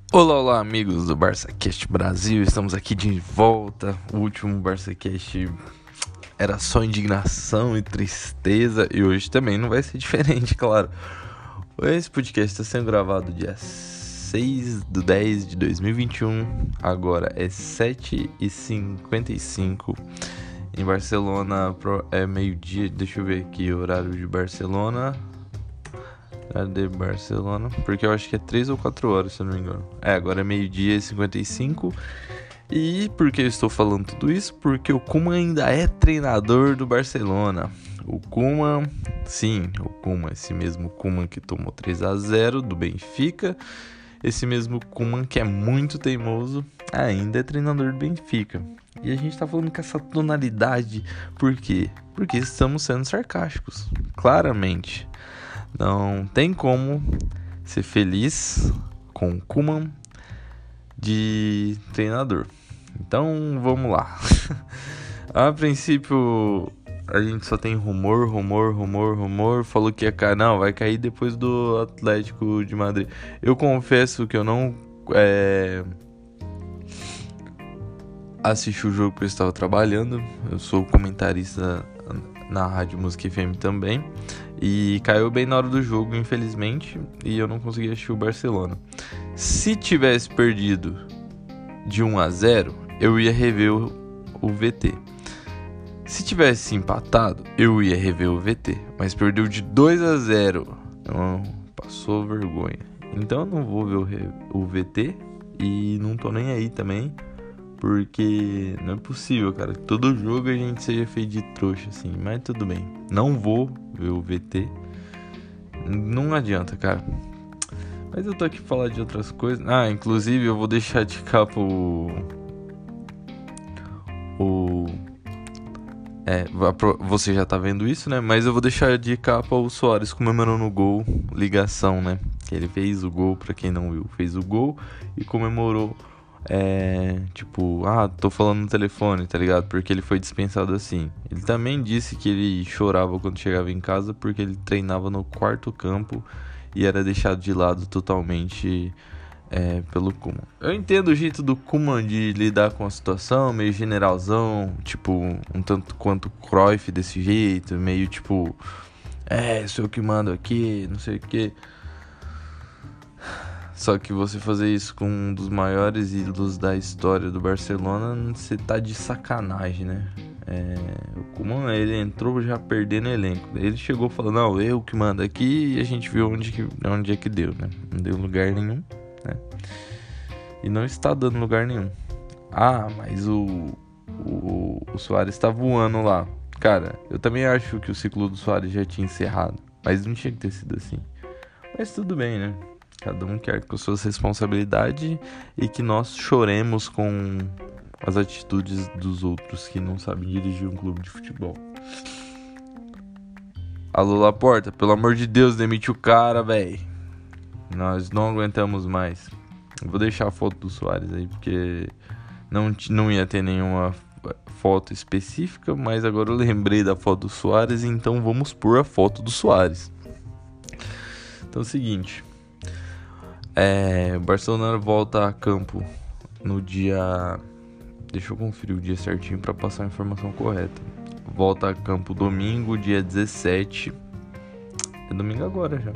Olá, olá, amigos do BarçaCast Brasil, estamos aqui de volta. O último BarçaCast era só indignação e tristeza, e hoje também não vai ser diferente, claro. Esse podcast está sendo gravado dia 6/10/2021, agora é 7h55 em Barcelona, é meio-dia, deixa eu ver aqui o horário de Barcelona. De Barcelona, porque eu acho que é 3 ou 4 horas, se eu não me engano. Agora é meio-dia e 55. E por que eu estou falando tudo isso? Porque o Koeman ainda é treinador do Barcelona. O Koeman, sim, o Koeman, esse mesmo Koeman que tomou 3-0 do Benfica. Esse mesmo Koeman que é muito teimoso, ainda é treinador do Benfica. E a gente tá falando com essa tonalidade, por quê? Porque estamos sendo sarcásticos, claramente. Não tem como ser feliz com o Koeman de treinador. Então vamos lá. A princípio a gente só tem rumor. Falou que ia cair. Não, vai cair depois do Atlético de Madrid. Eu confesso que eu não assisti o jogo que eu estava trabalhando. Eu sou comentarista na Rádio Música FM também. E caiu bem na hora do jogo, infelizmente, e eu não consegui assistir o Barcelona. Se tivesse perdido de 1-0, eu ia rever o VT. Se tivesse empatado, eu ia rever o VT. Mas perdeu de 2-0. Então, passou vergonha. Então eu não vou ver o VT e não tô nem aí também. Porque não é possível, cara, que todo jogo a gente seja feito de trouxa, assim. Mas tudo bem, não vou ver o VT. Não adianta, cara. Mas eu tô aqui pra falar de outras coisas. Inclusive eu vou deixar de capa você já tá vendo isso, né? Mas eu vou deixar de capa o Suárez comemorando o gol, ligação, né? Que ele fez o gol, pra quem não viu, fez o gol e comemorou. Tô falando no telefone, tá ligado? Porque ele foi dispensado assim. Ele também disse que ele chorava quando chegava em casa porque ele treinava no quarto campo e era deixado de lado totalmente pelo Koeman. Eu entendo o jeito do Koeman de lidar com a situação, meio generalzão, tipo, um tanto quanto Cruyff desse jeito, meio tipo, sou eu que mando aqui, não sei o que. Só que você fazer isso com um dos maiores ídolos da história do Barcelona, você tá de sacanagem, né? O Koeman, ele entrou já perdendo elenco. Ele chegou falando, não, eu que mando aqui, e a gente viu onde é que deu, né? Não deu lugar nenhum, né? E não está dando lugar nenhum. Mas o Suárez tá voando lá. Cara, eu também acho que o ciclo do Suárez já tinha encerrado. Mas não tinha que ter sido assim. Mas tudo bem, né? Cada um quer com suas responsabilidades e que nós choremos com as atitudes dos outros que não sabem dirigir um clube de futebol. Alô, Laporta, pelo amor de Deus, demite o cara, véi. Nós não aguentamos mais. Eu vou deixar a foto do Suárez aí, porque não ia ter nenhuma foto específica, mas agora eu lembrei da foto do Suárez, então vamos pôr a foto do Suárez. Então é o seguinte... O Barcelona volta a campo no dia... Deixa eu conferir o dia certinho para passar a informação correta. Volta a campo domingo, dia 17. É domingo agora já.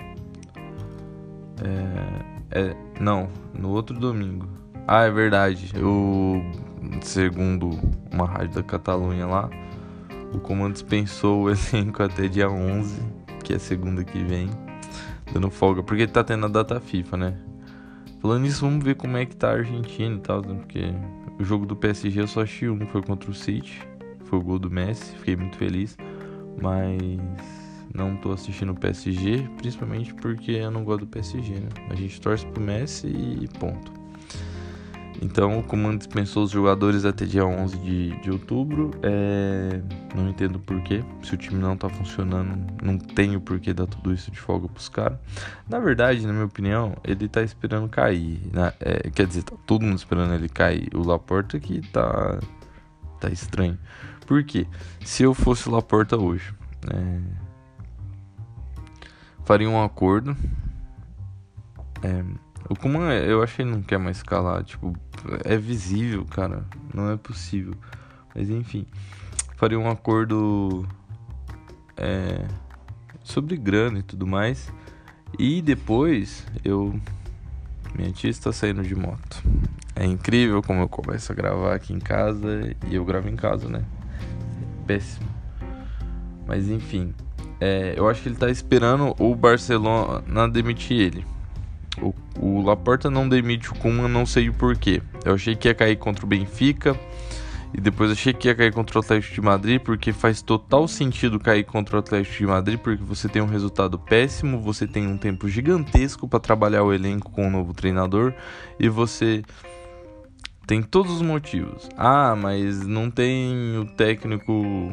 Não, no outro domingo. É verdade. Segundo uma rádio da Catalunha lá, o Koeman dispensou o elenco até dia 11, que é segunda que vem, dando folga, porque tá tendo a data FIFA, né? Falando nisso, vamos ver como é que tá a Argentina e tal, né? Porque o jogo do PSG eu só achei um, foi contra o City, foi o gol do Messi, fiquei muito feliz, mas não tô assistindo o PSG, principalmente porque eu não gosto do PSG, né? A gente torce pro Messi e ponto. Então o Koeman dispensou os jogadores até dia 11 de outubro. Não entendo porquê. Se o time não tá funcionando, não tem o porquê dar tudo isso de folga pros caras. Na verdade, na minha opinião, ele tá esperando cair, né? Quer dizer, tá todo mundo esperando ele cair. O Laporta que tá estranho. Por quê? Se eu fosse o Laporta hoje, faria um acordo O Koeman, eu acho que ele não quer mais escalar. Tipo, é visível, cara. Não é possível. Mas enfim. Faria um acordo sobre grana e tudo mais. E depois minha tia está saindo de moto. É incrível como eu começo a gravar aqui em casa. E eu gravo em casa, né? Péssimo. Mas enfim. Eu acho que ele tá esperando o Barcelona demitir ele. O Laporta não demite o Koeman, não sei o porquê. Eu achei que ia cair contra o Benfica. E depois achei que ia cair contra o Atlético de Madrid, porque faz total sentido cair contra o Atlético de Madrid, porque você tem um resultado péssimo, você tem um tempo gigantesco para trabalhar o elenco com o novo treinador, e você tem todos os motivos. Ah, mas não tem o técnico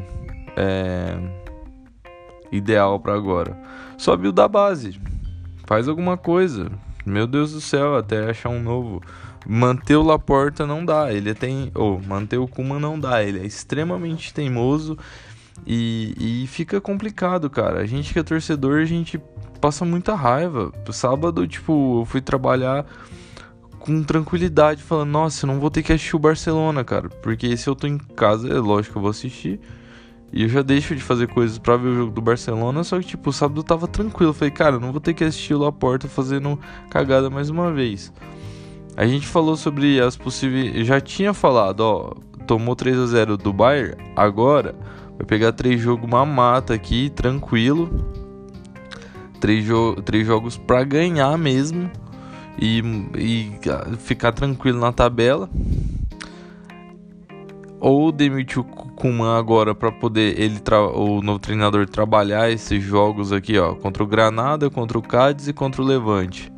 ideal para agora. Sobe o da base, faz alguma coisa. Meu Deus do céu, até achar um novo. Manter o Laporta não dá, manter o Koeman não dá, ele é extremamente teimoso e fica complicado, cara. A gente que é torcedor, a gente passa muita raiva. Sábado, tipo, eu fui trabalhar com tranquilidade, falando, nossa, eu não vou ter que assistir o Barcelona, cara, porque se eu tô em casa, é lógico que eu vou assistir. E eu já deixo de fazer coisas pra ver o jogo do Barcelona, só que, tipo, o sábado eu tava tranquilo. Eu falei, cara, eu não vou ter que assistir o Laporta fazendo cagada mais uma vez. A gente falou sobre as possíveis... Já tinha falado, tomou 3-0 do Bayern, agora vai pegar 3 jogos mamata aqui, tranquilo. 3 jogos pra ganhar mesmo e ficar tranquilo na tabela. Ou demitir o Koeman agora pra poder o novo treinador trabalhar esses jogos aqui, contra o Granada, contra o Cádiz e contra o Levante.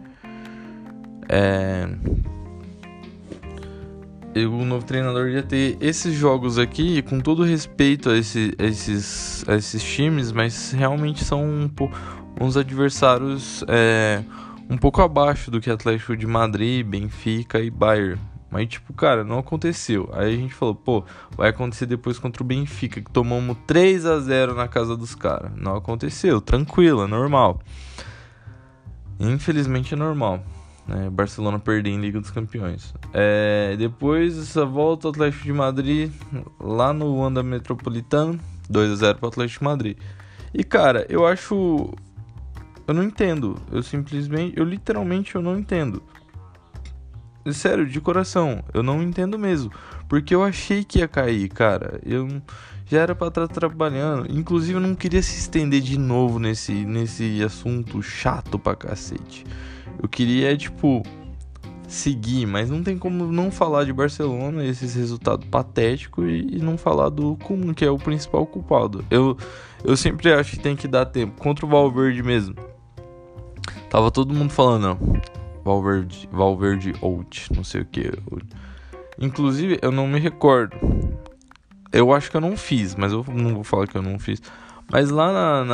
O novo treinador ia ter esses jogos aqui, com todo respeito a esses times, mas realmente são uns adversários um pouco abaixo do que Atlético de Madrid, Benfica e Bayern. Mas tipo, cara, não aconteceu. Aí a gente falou, vai acontecer depois contra o Benfica, que tomamos 3-0 na casa dos caras. Não aconteceu, tranquilo, é normal. Infelizmente é normal. Barcelona perder em Liga dos Campeões. Depois essa volta ao Atlético de Madrid lá no Wanda Metropolitano, 2-0 para o Atlético de Madrid. E cara, eu não entendo. Eu literalmente não entendo. Sério, de coração, eu não entendo mesmo. Porque eu achei que ia cair, cara. Eu já era pra estar trabalhando. Inclusive eu não queria se estender de novo nesse assunto chato pra cacete. Eu queria, seguir, mas não tem como não falar de Barcelona, esses resultados patéticos, e não falar do Koeman, que é o principal culpado. Eu sempre acho que tem que dar tempo. Contra o Valverde mesmo, tava todo mundo falando, não, Valverde out, não sei o que. Inclusive, eu não me recordo. Eu acho que eu não fiz, mas eu não vou falar que eu não fiz. Mas lá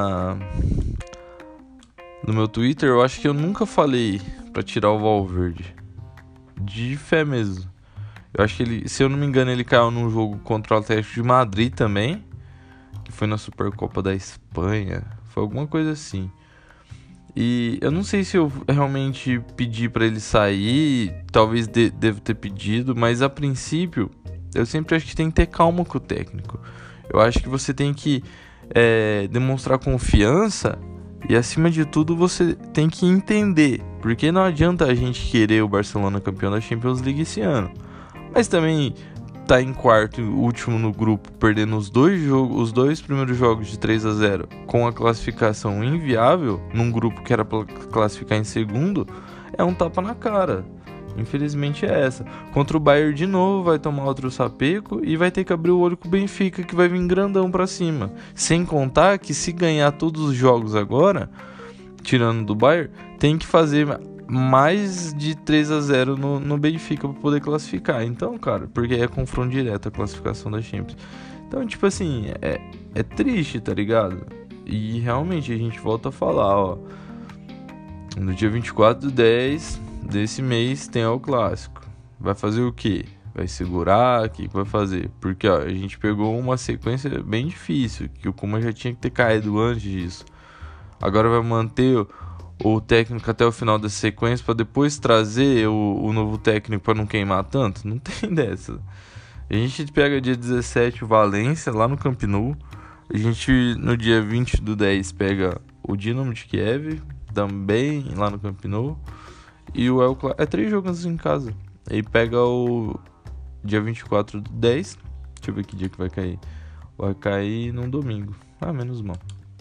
no meu Twitter, eu acho que eu nunca falei pra tirar o Valverde. De fé mesmo. Eu acho que ele, se eu não me engano, ele caiu num jogo contra o Atlético de Madrid também, que foi na Supercopa da Espanha. Foi alguma coisa assim. E eu não sei se eu realmente pedi pra ele sair. Talvez devo ter pedido, mas a princípio eu sempre acho que tem que ter calma com o técnico. Eu acho que você tem que demonstrar confiança. E acima de tudo você tem que entender, porque não adianta a gente querer o Barcelona campeão da Champions League esse ano, mas também tá em quarto e último no grupo, perdendo os dois primeiros jogos de 3-0 com a classificação inviável, num grupo que era pra classificar em segundo, é um tapa na cara. Infelizmente é essa. Contra o Bayern de novo vai tomar outro sapeco e vai ter que abrir o olho com o Benfica, que vai vir grandão pra cima. Sem contar que se ganhar todos os jogos agora, tirando do Bayern, tem que fazer mais de 3-0 no Benfica pra poder classificar. Então, cara, porque é confronto direto a classificação da Champions. Então, tipo assim, é triste, tá ligado? E realmente a gente volta a falar, no dia 24/10 desse mês tem o clássico. Vai fazer o quê? Vai segurar? O que vai fazer? Porque a gente pegou uma sequência bem difícil, que o Koeman já tinha que ter caído antes disso. Agora vai manter o técnico até o final da sequência pra depois trazer o novo técnico pra não queimar tanto? Não tem dessa. A gente pega dia 17 o Valência lá no Camp Nou. A gente no dia 20/10 pega o Dinamo de Kiev, também lá no Camp Nou. E o El Clássico, 3 jogos em casa. Aí pega o dia 24/10. Deixa eu ver que dia que vai cair. Vai cair num domingo. Menos mal.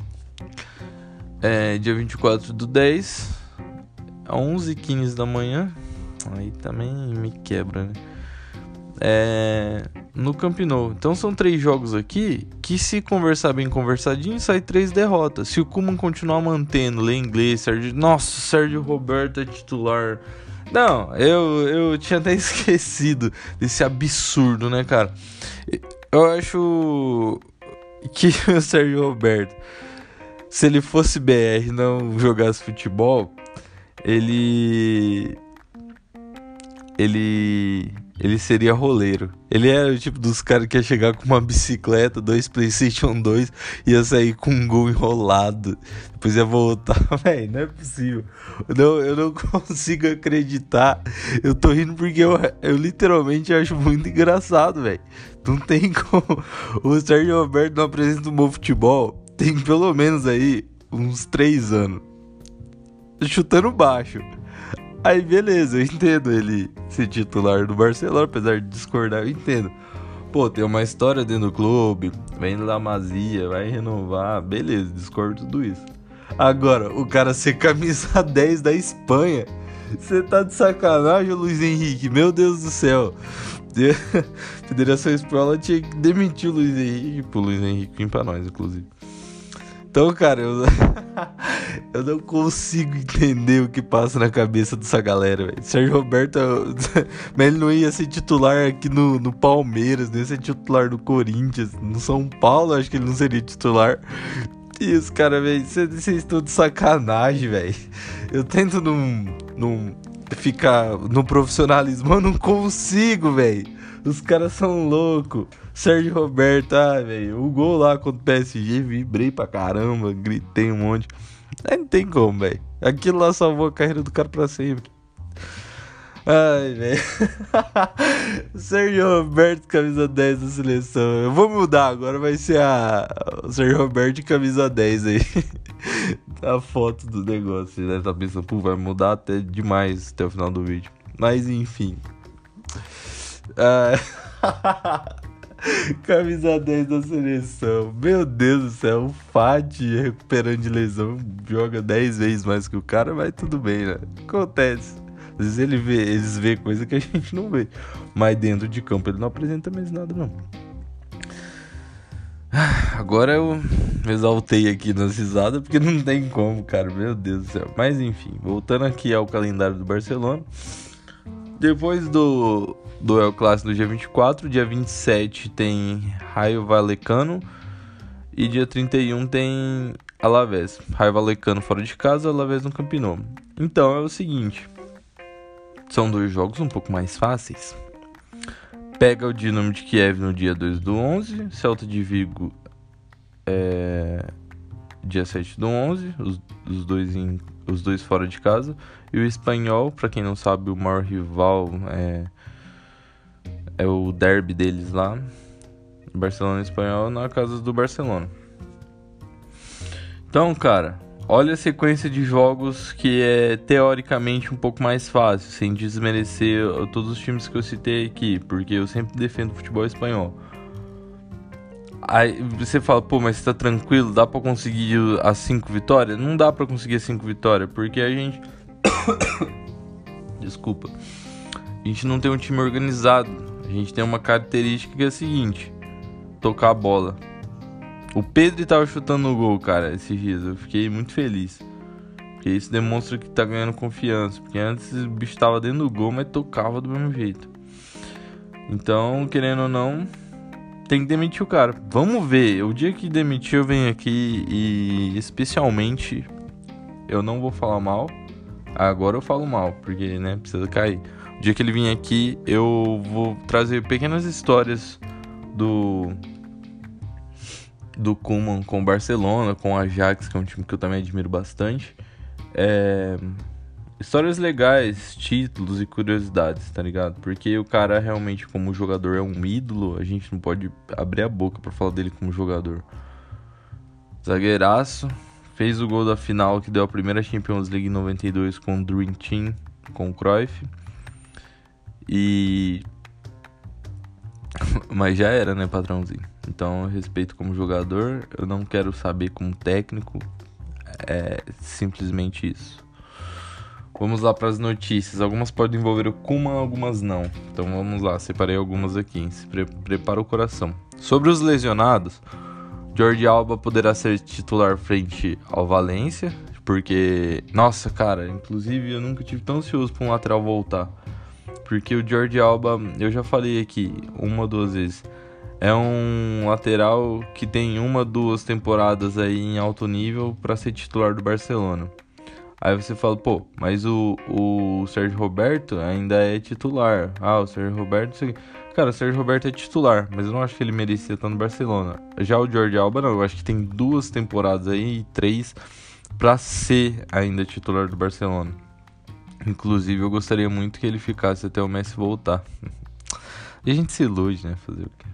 Dia 24/10, 11h15 da manhã. Aí também me quebra, né? No Camp Nou. Então são 3 jogos aqui que, se conversar bem conversadinho, sai 3 derrotas. Se o Koeman continuar mantendo Lenglet, Sérgio Roberto é titular. Não, eu tinha até esquecido desse absurdo, né, cara? Eu acho que o Sérgio Roberto, se ele fosse BR e não jogasse futebol, ele seria roleiro. Ele era o tipo dos caras que ia chegar com uma bicicleta, 2 PlayStation 2, ia sair com um gol enrolado, depois ia voltar. Véi, não é possível. Eu não consigo acreditar. Eu tô rindo porque eu literalmente acho muito engraçado, velho. Não tem como. O Sérgio Roberto não apresenta um bom futebol. Tem pelo menos aí uns 3 anos. Chutando baixo. Aí beleza, eu entendo ele ser titular do Barcelona, apesar de discordar, eu entendo. Pô, tem uma história dentro do clube, vem da Masia, vai renovar, beleza, discordo tudo isso. Agora, o cara ser camisa 10 da Espanha, você tá de sacanagem, Luiz Henrique, meu Deus do céu. A Federação Espanhola tinha que demitir o Luiz Henrique, pro Luiz Henrique vir pra nós, inclusive. Então, cara, eu não consigo entender o que passa na cabeça dessa galera, velho. Sérgio Roberto, mas ele não ia ser titular aqui no Palmeiras, não ia ser titular no Corinthians, no São Paulo, acho que ele não seria titular. E os caras, velho, vocês estão de sacanagem, velho. Eu tento não ficar no profissionalismo, eu não consigo, velho. Os caras são loucos. Sérgio Roberto, velho, o gol lá contra o PSG, vibrei pra caramba, gritei um monte. Aí não tem como, velho. Aquilo lá salvou a carreira do cara pra sempre. Ai, velho. Sérgio Roberto, camisa 10 da seleção. Eu vou mudar agora, vai ser o Sérgio Roberto camisa 10 aí. A foto do negócio. Você deve estar pensando, pô, vai mudar até demais até o final do vídeo. Mas enfim. Camisa 10 da seleção. Meu Deus do céu, o Fati recuperando de lesão, joga 10 vezes mais que o cara, mas tudo bem, né? Acontece. Às vezes eles vê coisa que a gente não vê. Mas dentro de campo ele não apresenta mais nada, não. Agora eu me exaltei aqui nas risadas, porque não tem como, cara. Meu Deus do céu. Mas enfim, voltando aqui ao calendário do Barcelona. Depois do El Clássico no dia 24, dia 27 tem Rayo Vallecano e dia 31 tem Alavés. Rayo Vallecano fora de casa, Alavés no Camp Nou. Então é o seguinte, são 2 jogos um pouco mais fáceis. Pega o Dinamo de Kiev no dia 2/11, Celta de Vigo dia 7/11, os dois fora de casa. E o Espanhol, pra quem não sabe, o maior rival é o derby deles lá, Barcelona e Espanhol, na casa do Barcelona. Então, cara, olha a sequência de jogos que é teoricamente um pouco mais fácil, sem desmerecer todos os times que eu citei aqui, porque eu sempre defendo o futebol espanhol. Aí você fala, pô, mas você tá tranquilo, dá pra conseguir as 5 vitórias? Não dá pra conseguir as 5 vitórias, porque a gente... Desculpa. A gente não tem um time organizado. A gente tem uma característica que é a seguinte: tocar a bola. O Pedro tava chutando no gol, cara, esses dias. Eu fiquei muito feliz, porque isso demonstra que tá ganhando confiança. Porque antes o bicho tava dentro do gol, mas tocava do mesmo jeito. Então, querendo ou não, tem que demitir o cara. Vamos ver. O dia que demitir, eu venho aqui e especialmente eu não vou falar mal. Agora eu falo mal, porque, né, precisa cair. O dia que ele vir aqui, eu vou trazer pequenas histórias do Koeman com o Barcelona, com o Ajax, que é um time que eu também admiro bastante. Histórias legais, títulos e curiosidades, tá ligado? Porque o cara realmente, como jogador, é um ídolo. A gente não pode abrir a boca pra falar dele como jogador. Zagueiraço. Fez o gol da final que deu a primeira Champions League em 92 com o Dream Team, com o Cruyff. Mas já era, né, patrãozinho? Então eu respeito como jogador. Eu não quero saber como técnico. É simplesmente isso. Vamos lá para as notícias. Algumas podem envolver o Koeman, algumas não. Então vamos lá, separei algumas aqui. Prepara o coração. Sobre os lesionados, Jordi Alba poderá ser titular frente ao Valência, porque, nossa, cara, inclusive eu nunca tive tão ansioso para um lateral voltar. Porque o Jordi Alba, eu já falei aqui uma ou duas vezes, é um lateral que tem 1-2 temporadas aí em alto nível para ser titular do Barcelona. Aí você fala, pô, mas o Sérgio Roberto ainda é titular. O Sérgio Roberto... Cara, o Sérgio Roberto é titular, mas eu não acho que ele merecia estar no Barcelona. Já o Jordi Alba, não. Eu acho que tem 2 temporadas aí, 3, pra ser ainda titular do Barcelona. Inclusive, eu gostaria muito que ele ficasse até o Messi voltar. E a gente se ilude, né? Fazer o quê?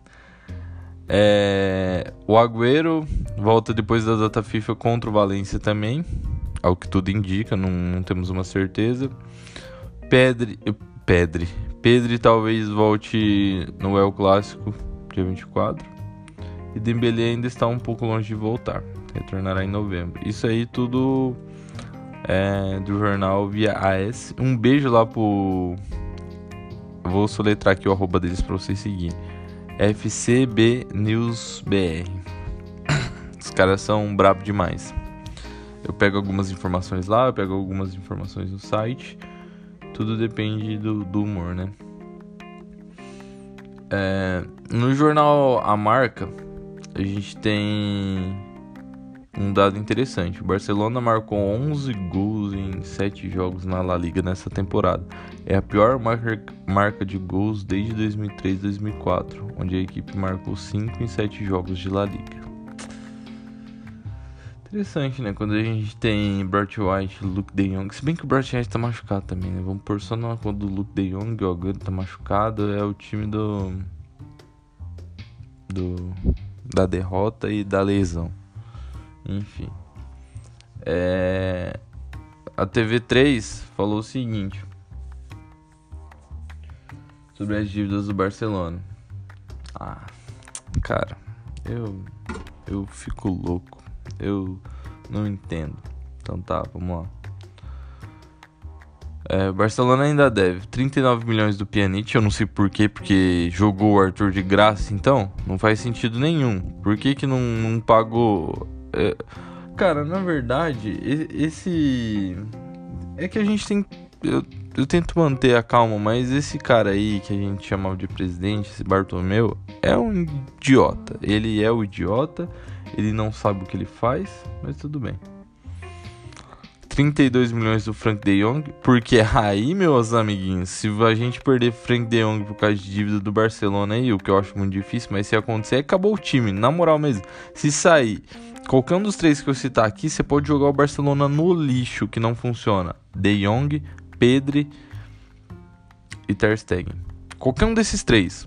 O Agüero volta depois da data FIFA contra o Valência também. Ao que tudo indica, não temos uma certeza. Pedri talvez volte no El Clássico, dia 24. E Dembélé ainda está um pouco longe de voltar. Retornará em novembro. Isso aí tudo do jornal via AS. Um beijo lá pro... Eu vou soletrar aqui o arroba deles pra vocês seguirem. FCB News BR. Os caras são brabo demais. Eu pego algumas informações lá, eu pego algumas informações no site. Tudo depende do humor, né? No jornal A Marca, a gente tem um dado interessante. O Barcelona marcou 11 gols em 7 jogos na La Liga nessa temporada. É a pior marca de gols desde 2003-2004, onde a equipe marcou 5 em 7 jogos de La Liga. Interessante, né? Quando a gente tem Bright White, Luke De Jong. Se bem que o Bright White tá machucado também, né? Vamos pôr só na conta do Luke De Jong. O Agüero tá machucado. É o time da derrota e da lesão. Enfim. A TV3 falou o seguinte sobre as dívidas do Barcelona. Cara, eu fico louco. Eu não entendo. Então tá, vamos lá. Barcelona ainda deve 39 milhões do Pjanic. Eu não sei porquê, porque jogou o Arthur de graça. Então, não faz sentido nenhum. Por que não pagou? Cara, na verdade, esse... É que a gente tem... Eu tento manter a calma, mas esse cara aí que a gente chamava de presidente, esse Bartomeu, é um idiota. Ele é o idiota. Ele não sabe o que ele faz, mas tudo bem. 32 milhões do Frank De Jong. Porque aí, meus amiguinhos, se a gente perder Frank De Jong por causa de dívida do Barcelona aí, o que eu acho muito difícil, mas se acontecer, acabou o time. Na moral mesmo, se sair qualquer um dos 3 que eu citar aqui, você pode jogar o Barcelona no lixo, que não funciona. De Jong, Pedri e Ter Stegen. Qualquer um desses 3.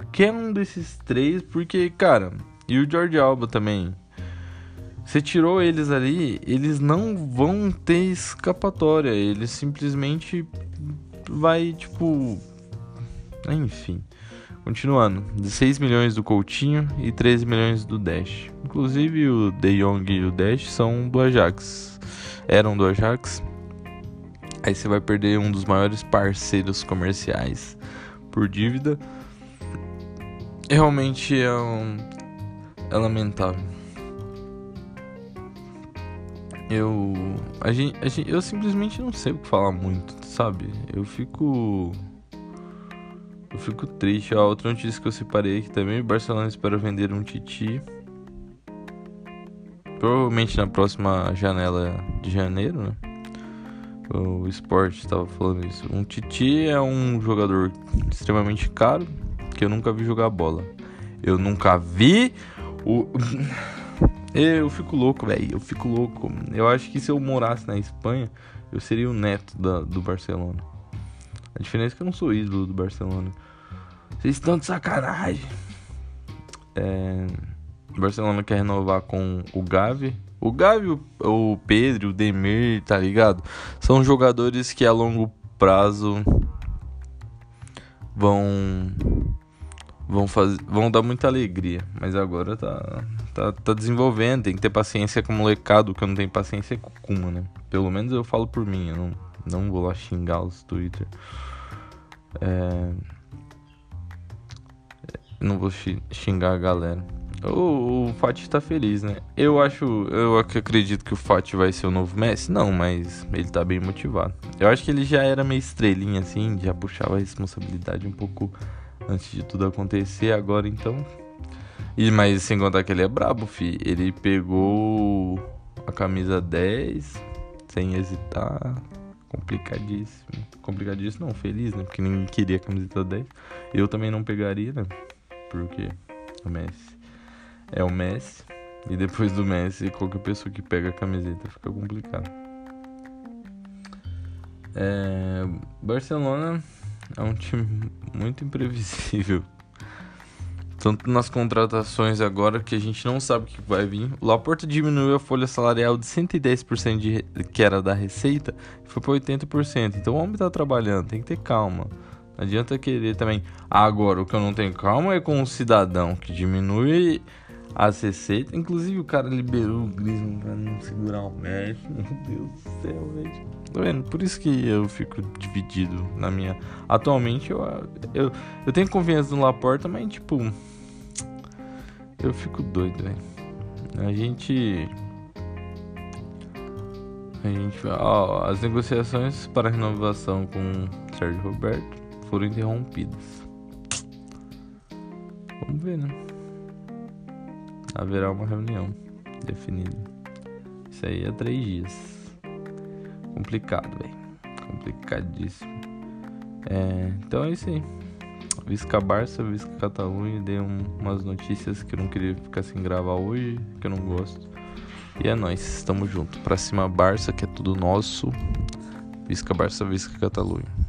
Porque, cara... E o Jordi Alba também. Você tirou eles ali, eles não vão ter escapatória. Eles simplesmente vai, tipo... Enfim. Continuando. 16 milhões do Coutinho e 13 milhões do Dash. Inclusive o De Jong e o Dash são do Ajax. Eram do Ajax. Aí você vai perder um dos maiores parceiros comerciais por dívida. Realmente é lamentável. Eu simplesmente não sei o que falar muito, sabe? Eu fico triste. Outra notícia que eu separei aqui também: o Barcelona espera vender um Titi. Provavelmente na próxima janela de janeiro, né? O Sport estava falando isso. Um Titi é um jogador extremamente caro que eu nunca vi jogar bola. Eu nunca vi Eu fico louco, velho. Eu fico louco. Eu acho que se eu morasse na Espanha, eu seria o neto do Barcelona. A diferença é que eu não sou ídolo do Barcelona. Vocês estão de sacanagem. O Barcelona quer renovar com o Gavi. O Gavi, o Pedro, o Demir, tá ligado? São jogadores que a longo prazo vão dar muita alegria. Mas agora tá desenvolvendo. Tem que ter paciência com o molecado, que eu não tenho paciência com o Kuma, né? Pelo menos eu falo por mim. Eu não vou lá xingar os Twitter. Não vou xingar a galera. O Fati tá feliz, né? Eu acredito que o Fati vai ser o novo Messi. Não, mas ele tá bem motivado. Eu acho que ele já era meio estrelinha, assim, já puxava a responsabilidade um pouco antes de tudo acontecer. Agora, então... Mas sem contar que ele é brabo, fi. Ele pegou a camisa 10 sem hesitar. Complicadíssimo. Complicadíssimo não, feliz, né? Porque ninguém queria a camiseta 10. Eu também não pegaria, né? Porque o Messi é o Messi. E depois do Messi, qualquer pessoa que pega a camiseta fica complicado. Barcelona é um time muito imprevisível. Tanto nas contratações agora, que a gente não sabe o que vai vir. O Laporta diminuiu a folha salarial de 110% que era da receita, foi para 80%. Então o homem tá trabalhando, tem que ter calma. Não adianta querer também. Agora, o que eu não tenho calma é com um cidadão que diminui as receitas. Inclusive o cara liberou o Griezmann pra não segurar o Messi. Meu Deus do céu, velho. Tá vendo? Por isso que eu fico dividido na minha... Atualmente eu tenho confiança no Laporta, mas tipo... Eu fico doido, velho. As negociações para a renovação com Sérgio Roberto foram interrompidas. Vamos ver, né? Haverá uma reunião definida. Isso aí é 3 dias. Complicado, velho. Complicadíssimo. Então é isso aí. Visca Barça, Visca Catalunha. Dei umas notícias que eu não queria ficar sem gravar hoje, que eu não gosto. E é nóis, tamo junto. Pra cima Barça, que é tudo nosso. Visca Barça, Visca Catalunha.